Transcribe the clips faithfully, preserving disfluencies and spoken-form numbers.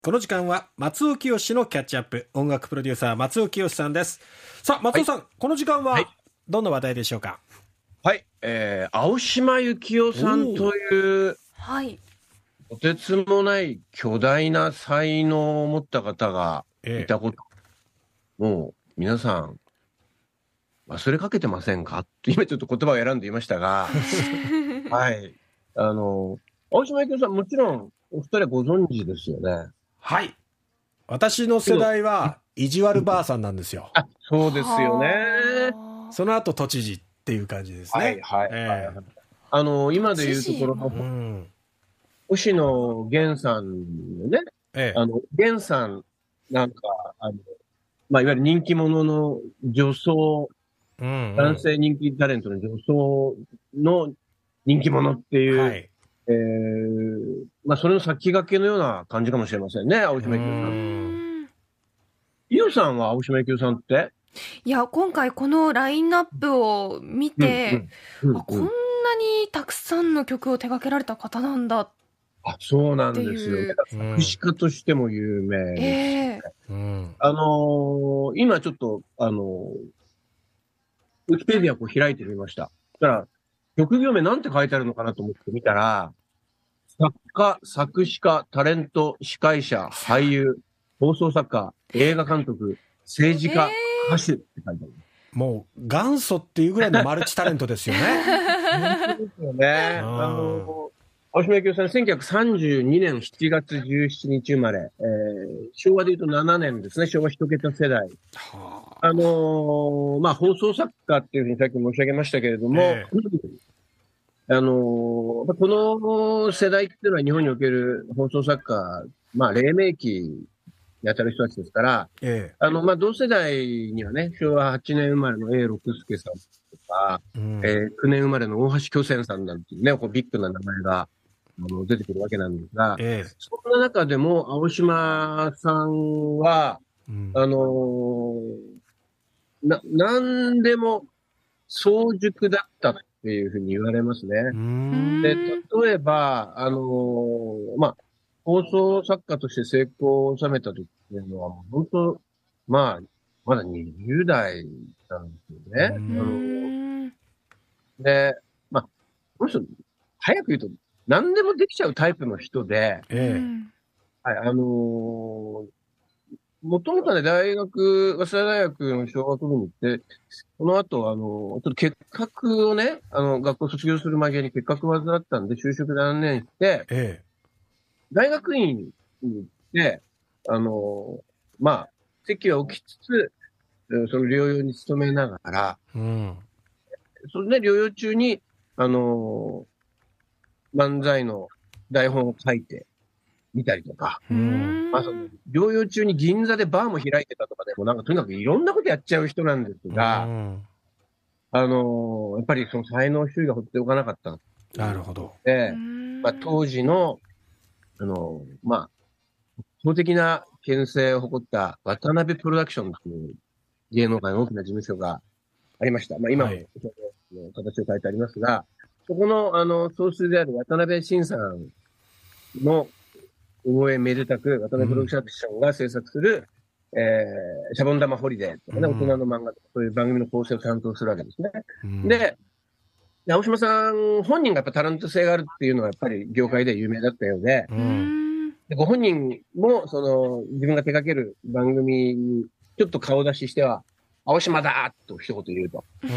この時間は松尾清のキャッチアップ、音楽プロデューサー松尾清さんです。さあ松尾さん、はい、この時間はどんな話題でしょうか。 はい、えー、青島幸男さんというはいとてつもない巨大な才能を持った方がいたこと、ええ、もう皆さん忘れかけてませんかと今ちょっと言葉を選んでいましたがはい、あの青島幸男さん、もちろんお二人はご存知ですよね。 はい、私の世代は意地悪ばあさんなんですよ。 あ、そうですよね。 その後都知事っていう感じですね。 はいはい、 えー、 あの今でいうところの、うん、星野源さんのね、ええ、あの源さんなんかあの、まあ、いわゆる人気者の女装、うんうん、男性人気タレントの女装の人気者っていう、はい、えー、まあ、それの先駆けのような感じかもしれませんね、青島幸男さん。伊代さんは青島幸男さんって？ いや、今回このラインナップを見て、うんうんうんうん、あ、こんなにたくさんの曲を手掛けられた方なんだ。 あ、そうなんですよね。作詞家としても有名です、ね、えーうん、あのー、今ちょっと、あのー、ウィキペディアをこう開いてみました。だから、曲業名なんて書いてあるのかなと思って見たら、作家、作詞家、タレント、司会者、俳優、放送作家、映画監督、政治家、えー、歌手って書いてある。 もう元祖っていうぐらいのマルチタレントですよね。 本当ですよね。あの、青島幸男さん、せんきゅうひゃくさんじゅうにねんしちがつじゅうしちにち生まれ、えー、昭和で言うとななねんですね、昭和一桁世代。はあ、あのー、まあ、放送作家っていうふうにさっき申し上げましたけれども、えー、あのー、この世代っていうのは日本における放送作家、まあ、黎明期に当たる人たちですから、ええ、あの、まあ、同世代にはね、昭和はちねん生まれの 永六輔さんとか、うん、えー、きゅうねん生まれの大橋巨泉さんなんていうね、こうビッグな名前があの出てくるわけなんですが、ええ、そんな中でも青島さんは、うん、あのー、な、なんでも早熟だったっていうふうに言われますね。で、例えば、あのー、まあ、放送作家として成功を収めた時っていうのは、もう本当、まあ、まだにじゅう代なんですよね。あの、で、まあ、この人、早く言うと、何でもできちゃうタイプの人で、ええ、はい、あのー、もともとね、大学、早稲田大学の商学部に行って、この後、あの、ちょっと結核をね、あの、学校卒業する間際に結核を患ったんで、就職断念して、ええ、大学院に行って、あの、まあ、席は置きつつ、その療養に努めながら、うん、それで療養中に、あの、漫才の台本を書いてみたりとか、うん、まあ、その療養中に銀座でバーも開いてたとかでも、なんかとにかくいろんなことやっちゃう人なんですが、うん、あの、やっぱりその才能周囲が放っておかなかった。 なるほど。 で、まあ、当時の、あの、まあ、圧倒的な牽制を誇った渡辺プロダクションという芸能界の大きな事務所がありました。まあ、今もその形を変えてありますが、はい、そこの、あの、総帥である渡辺晋さんの応援めでたく、渡辺プロダクションが制作する、うん、えー、シャボン玉ホリデーとかね、うん、大人の漫画とか、そういう番組の構成を担当するわけですね。うん、で、青島さん本人がやっぱタレント性があるっていうのはやっぱり業界で有名だったようで、うん、でご本人もその自分が手掛ける番組にちょっと顔出ししては、青島だと一言言うと。うん、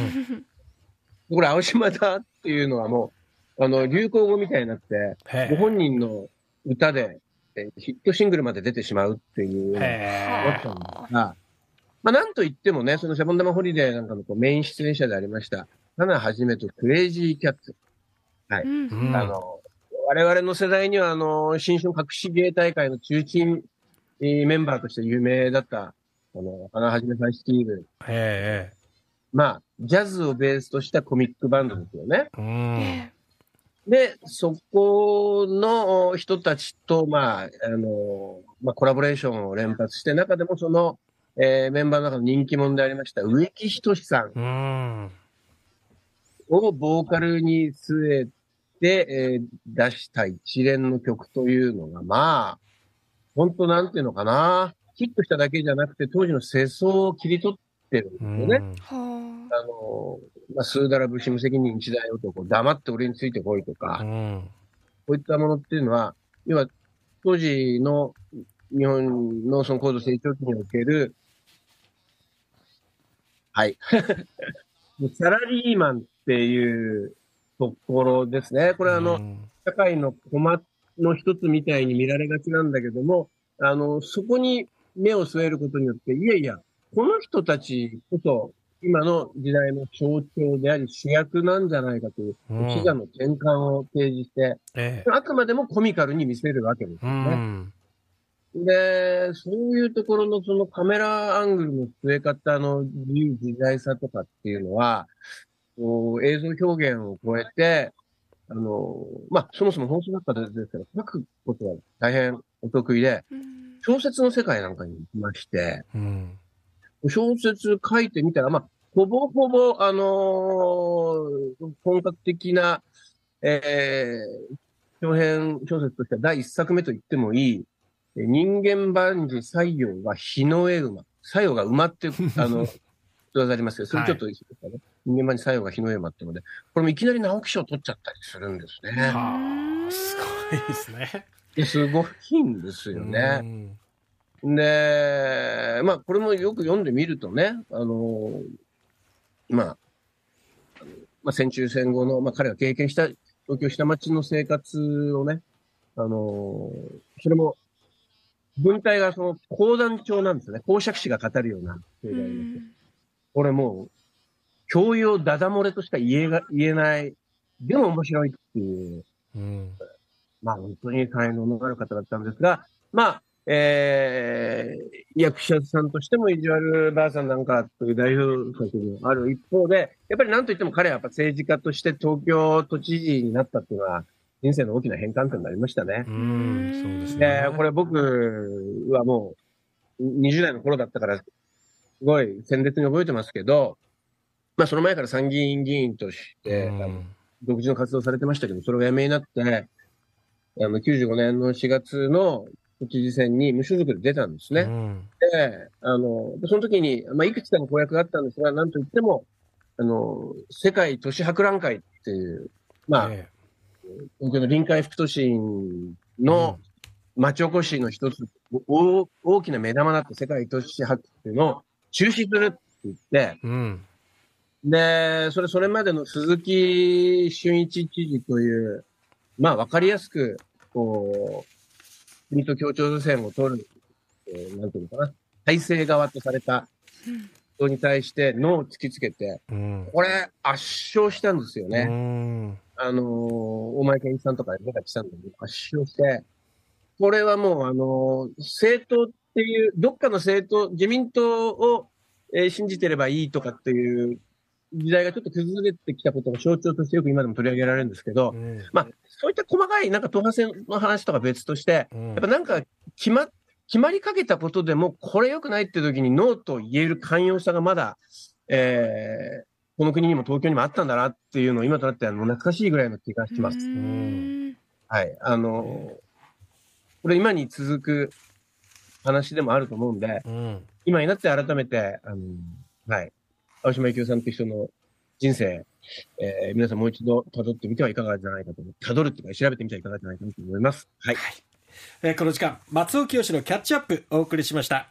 これ青島だっていうのはもう、あの、流行語みたいになって、ご本人の歌でヒットシングルまで出てしまうっていうような思ったんですが、まあなんと言ってもね、そのシャボン玉ホリデーなんかのこうメイン出演者でありました、花はじめとクレイジーキャッツ。はい。うん、あの、我々の世代には、あの、新春隠し芸大会の中心メンバーとして有名だった、あの、花はじめさん率いる。へえ。まあ、ジャズをベースとしたコミックバンドですよね。うん、で、そこの人たちと、まあ、あの、まあ、コラボレーションを連発して、中でもその、えー、メンバーの中の人気者でありました、植木仁さん。うんをボーカルに据えて、えー、出した一連の曲というのが、まあ、 本当なんていうのかな、ヒットしただけじゃなくて、当時の世相を切り取ってるんですよね。 はあの、まあ、スーダラ節無責任一大男、黙って俺についてこいとか、 うん、 こういったものっていうのは、要は当時の日本のその高度成長期における、はい。サラリーマンっていうところですね。これはあの、うん、社会のコマの一つみたいに見られがちなんだけども、あの、そこに目を据えることによって、いやいや、この人たちこそ今の時代の象徴であり主役なんじゃないかという、視座の転換を提示して、ええ、あくまでもコミカルに見せるわけですよね。うんで、そういうところのそのカメラアングルの据え方の自由自在さとかっていうのは、こう映像表現を超えて、あの、まあ、そもそも放送作家ですから、書くことは大変お得意で、小説の世界なんかに行きまして、うん、小説書いてみたら、まあ、ほぼほぼ、あのー、本格的な、えー、長編小説としては第一作目と言ってもいい、人間万事西洋は日の絵馬。西洋が馬って、あの、ことわざありますけど、それちょっといいですかね。はい、人間万事西洋が日の絵馬ってので、これもいきなり直木賞を取っちゃったりするんですね。 はあ、すごいですね。 すごいんですよね。で、まあ、これもよく読んでみるとね、あの、まあ、まあ、戦中戦後の、まあ、彼が経験した東京下町の生活をね、あの、それも、文体がその講談調なんですよね。講釈師が語るような。これもう、教養ダダ漏れとしか言えが、言えない。でも面白いっていう。うん、まあ本当に才能のある方だったんですが、まあ、えー、役者さんとしても意地悪ばあさんなんかという代表作もある一方で、やっぱりなんといっても彼はやっぱ政治家として東京都知事になったっていうのは、人生の大きな変換点になりましたね。 うん、そうですね。 で、これ僕はもうにじゅう代の頃だったから、すごい鮮烈に覚えてますけど、まあその前から参議院議員として、独自の活動されてましたけど、それが辞めになって、あのきゅうじゅうごねんのしがつの都知事選に無所属で出たんですね。うん、で、あの、その時に、まあいくつかの公約があったんですが、なんといっても、あの、世界都市博覧会っていう、まあ、ええ東京の臨海副都心の町おこしの一つ、うん、大きな目玉だった世界都市博っていうのを中止するって言って、うん、で、それ、それまでの鈴木俊一知事という、まあわかりやすく、こう、国と協調路線を取る、えー、なんていうのかな、体制側とされた人に対してノーを突きつけて、うん、これ圧勝したんですよね。うんあのー、大前健一さんとか出たきたんだけど、圧勝して、これはもう、あのー、政党っていう、どっかの政党、自民党を、えー、信じてればいいとかっていう時代がちょっと崩れてきたことが象徴としてよく今でも取り上げられるんですけど、うん、まあ、そういった細かいなんか党派選の話とか別として、うん、やっぱなんか決ま、決まりかけたことでも、これ良くないって時にノーと言える寛容さがまだ、えー、この国にも東京にもあったんだなっていうのを今となってはもう懐かしいぐらいの気がします。はい。あの、これ今に続く話でもあると思うんで、うん、今になって改めて、あの、はい。青島幸男さんという人の人生、えー、皆さんもう一度辿ってみてはいかがじゃないかと思う。辿るっていうか調べてみてはいかがじゃないかと思います。はい。はい、 えー、この時間、松尾清のキャッチアップお送りしました。